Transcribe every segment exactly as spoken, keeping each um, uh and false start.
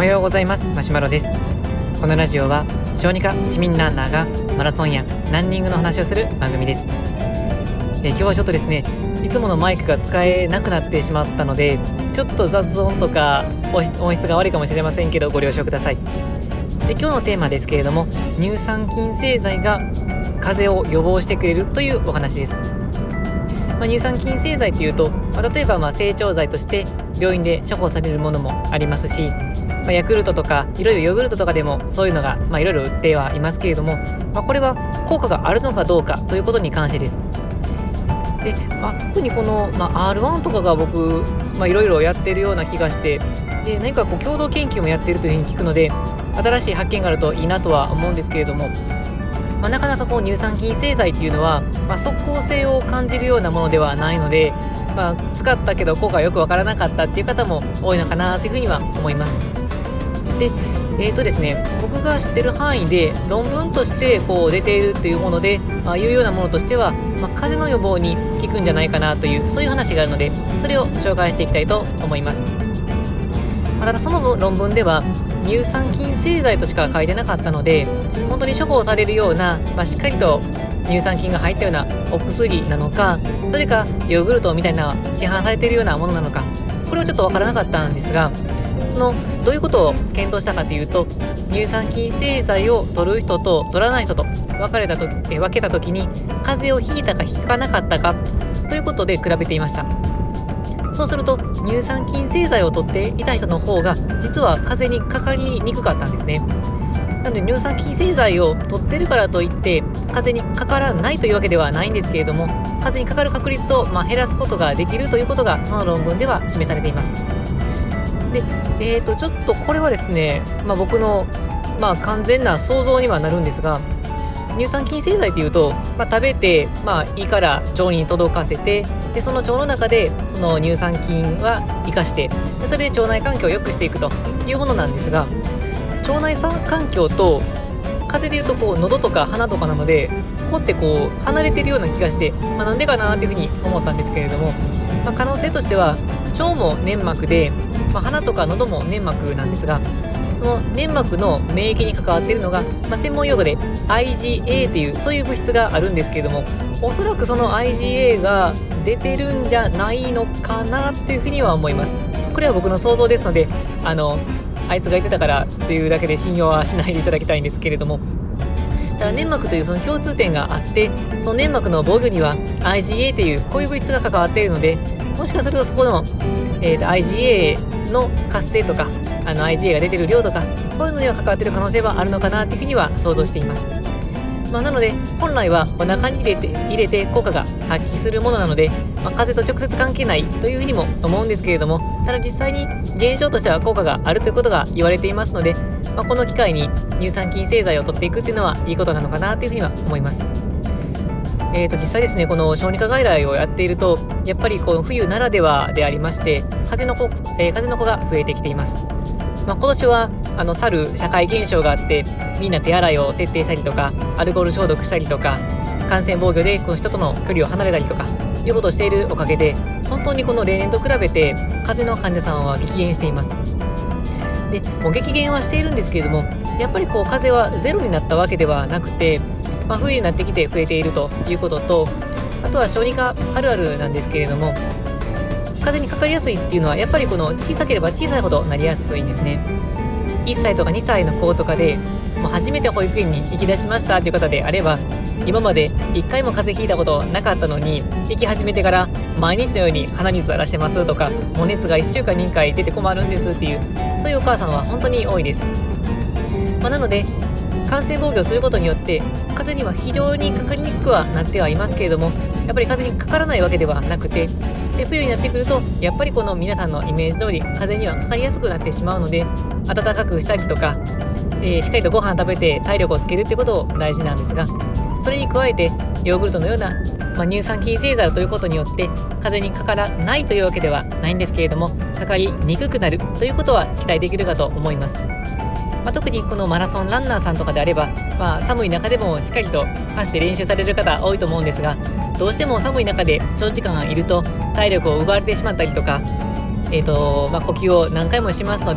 はようございます。マシュマロです。このラジオは小児科市民ランナーがマラソンやランニングの話をする番組です。え今日はちょっとですねいつものマイクが使えなくなってしまったので、ちょっと雑音とか音質が悪いかもしれませんけどご了承ください。で今日のテーマですけれども、乳酸菌製剤が風邪を予防してくれるというお話です。まあ、乳酸菌製剤というと、まあ、例えばまあ整腸剤として病院で処方されるものもありますし、まあ、ヤクルトとかいろいろヨーグルトとかでもそういうのがまあいろいろ売ってはいますけれども、まあ、これは効果があるのかどうかということに関してです。で、まあ、特にこの、まあ、アールワン とかが僕いろいろやってるような気がして、で何かこう共同研究もやってるというふうに聞くので、新しい発見があるといいなとは思うんですけれども、まあ、なかなかこう乳酸菌製剤っていうのは、まあ、即効性を感じるようなものではないので、まあ、使ったけど効果がよくわからなかったっていう方も多いのかなというふうには思います。で、えーとですね、僕が知ってる範囲で論文としてこう出ているというもので、まあ、いうようなものとしては、まあ、風邪の予防に効くんじゃないかなという、そういう話があるので、それを紹介していきたいと思います。まあ、ただその論文では乳酸菌製剤としか書いてなかったので、本当に処方されるような、まあ、しっかりと乳酸菌が入ったようなお薬なのか、それかヨーグルトみたいな市販されているようなものなのか、これはちょっとわからなかったんですが、そのどういうことを検討したかというと、乳酸菌製剤を取る人と取らない人と分かれたとえ分けたときに、風邪をひいたかひかなかったかということで比べていました。そうすると乳酸菌製剤を取っていた人の方が実は風邪にかかりにくかったんですね。なので乳酸菌製剤を取ってるからといって風邪にかからないというわけではないんですけれども、風邪にかかる確率をまあ減らすことができるということがその論文では示されています。で、えーとちょっとこれはですね、まあ、僕のまあ完全な想像にはなるんですが、乳酸菌製剤というと、まあ、食べて、まあ、胃から腸に届かせて、でその腸の中でその乳酸菌は生かして、でそれで腸内環境を良くしていくというものなんですが、腸内環境と風邪でいうとこう喉とか鼻とかなので、そこってこう離れてるような気がして、まあ、なんでかなというふうに思ったんですけれども、まあ、可能性としては腸も粘膜で、まあ、鼻とか喉も粘膜なんですが、その粘膜の免疫に関わっているのが、まあ、専門用語で アイジーエー っていうそういう物質があるんですけれども、おそらくその アイジーエー が出てるんじゃないのかなというふうには思います。これは僕の想像ですので、あのあいつが言ってたからっていうだけで信用はしないでいただきたいんですけれども、だから粘膜というその共通点があって、その粘膜の防御には アイジーエー というこういう物質が関わっているので、もしかするとそこの、えーと アイジーエー の活性とかあの アイジーエー が出ている量とか、そういうのには関わっている可能性はあるのかなというふうには想像しています。まあ、なので本来はお腹に入れて入れて効果が発揮するものなので、まあ、風邪と直接関係ないというふうにも思うんですけれども、ただ実際に現象としては効果があるということが言われていますので、まあ、この機会に乳酸菌製剤を取っていくっていうのはいいことなのかなというふうには思います。えー、と実際ですね、この小児科外来をやっていると、やっぱりこの冬ならではでありまして、風邪の子、えー、風邪の子が増えてきています。まあ、今年はあの去る社会現象があって、みんな手洗いを徹底したりとか、アルコール消毒したりとか、感染防御でこの人との距離を離れたりとかいうことをしているおかげで、本当にこの例年と比べて風邪の患者さんは激減しています。でもう激減はしているんですけれども、やっぱりこう風邪はゼロになったわけではなくて、まあ、冬になってきて増えているということと、あとは小児科あるあるなんですけれども、風邪にかかりやすいっていうのはやっぱりこの小さければ小さいほどなりやすいんですね。いっさいとかにさいの子とかでもう初めて保育園に行き出しましたという方であれば、今までいっかいも風邪ひいたことなかったのに、行き始めてから毎日のように鼻水垂らしてますとか、もう熱がいっしゅうかんにいっかい出て困るんですっていう、そういうお母さんは本当に多いです。まあ、なので感染防御をすることによって風邪には非常にかかりにくくはなってはいますけれども、やっぱり風邪にかからないわけではなくて、で冬になってくるとやっぱりこの皆さんのイメージ通り風邪にはかかりやすくなってしまうので、暖かくしたりとか、えー、しっかりとご飯食べて体力をつけるってことを大事なんですが、それに加えてヨーグルトのような、まあ、乳酸菌製剤を取ることによって風邪にかからないというわけではないんですけれども、かかりにくくなるということは期待できるかと思います。まあ、特にこのマラソンランナーさんとかであれば、まあ、寒い中でもしっかりと走って練習される方多いと思うんですが、どうしても寒い中で長時間いると体力を奪われてしまったりとか、えーとまあ、呼吸を何回もしますので、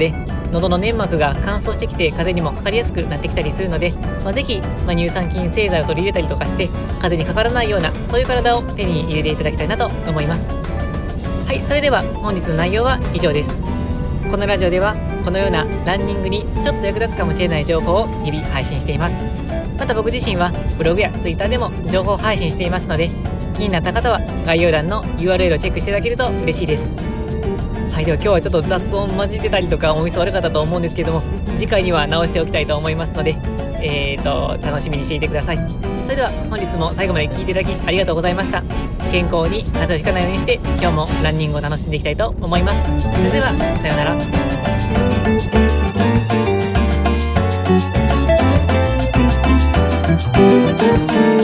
喉の粘膜が乾燥してきて風邪にもかかりやすくなってきたりするので、まあ、ぜひ、まあ、乳酸菌製剤を取り入れたりとかして風邪にかからないようなそういう体を手に入れていただきたいなと思います。はい、それでは本日の内容は以上です。このラジオではこのようなランニングにちょっと役立つかもしれない情報を日々配信しています。また僕自身はブログやツイッターでも情報配信していますので、気になった方は概要欄の ユーアールエル をチェックしていただけると嬉しいです。はい、では今日はちょっと雑音混じってたりとかお店悪かったと思うんですけども、次回には直しておきたいと思いますので、えーと楽しみにしていてください。それでは本日も最後まで聞いていただきありがとうございました。健康に風邪をひかないようにして今日もランニングを楽しんでいきたいと思います。それではさようなら。